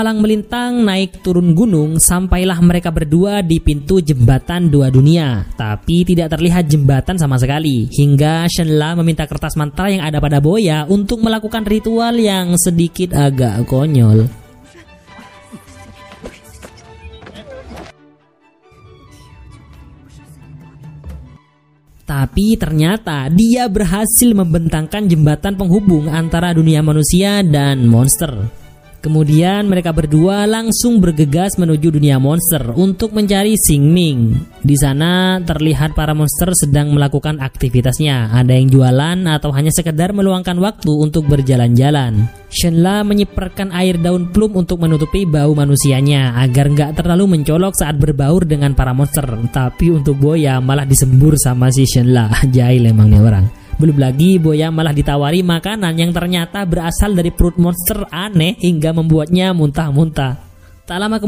Malang melintang naik turun gunung, sampailah mereka berdua di pintu jembatan dua dunia. Tapi tidak terlihat jembatan sama sekali, hingga Shenla meminta kertas mantra yang ada pada Boya untuk melakukan ritual yang sedikit agak konyol. Tapi ternyata dia berhasil membentangkan jembatan penghubung antara dunia manusia dan monster. Kemudian mereka berdua langsung bergegas menuju dunia monster untuk mencari Xing Ming. Di sana terlihat para monster sedang melakukan aktivitasnya. Ada yang jualan atau hanya sekedar meluangkan waktu untuk berjalan-jalan. Shenla menyiperkan air daun plum untuk menutupi bau manusianya agar nggak terlalu mencolok saat berbaur dengan para monster. Tapi untuk Boya malah disembur sama si Shenla. Jahil emangnya orang. Belum lagi Boya malah ditawari makanan yang ternyata berasal dari perut monster aneh hingga membuatnya muntah-muntah. Tak lama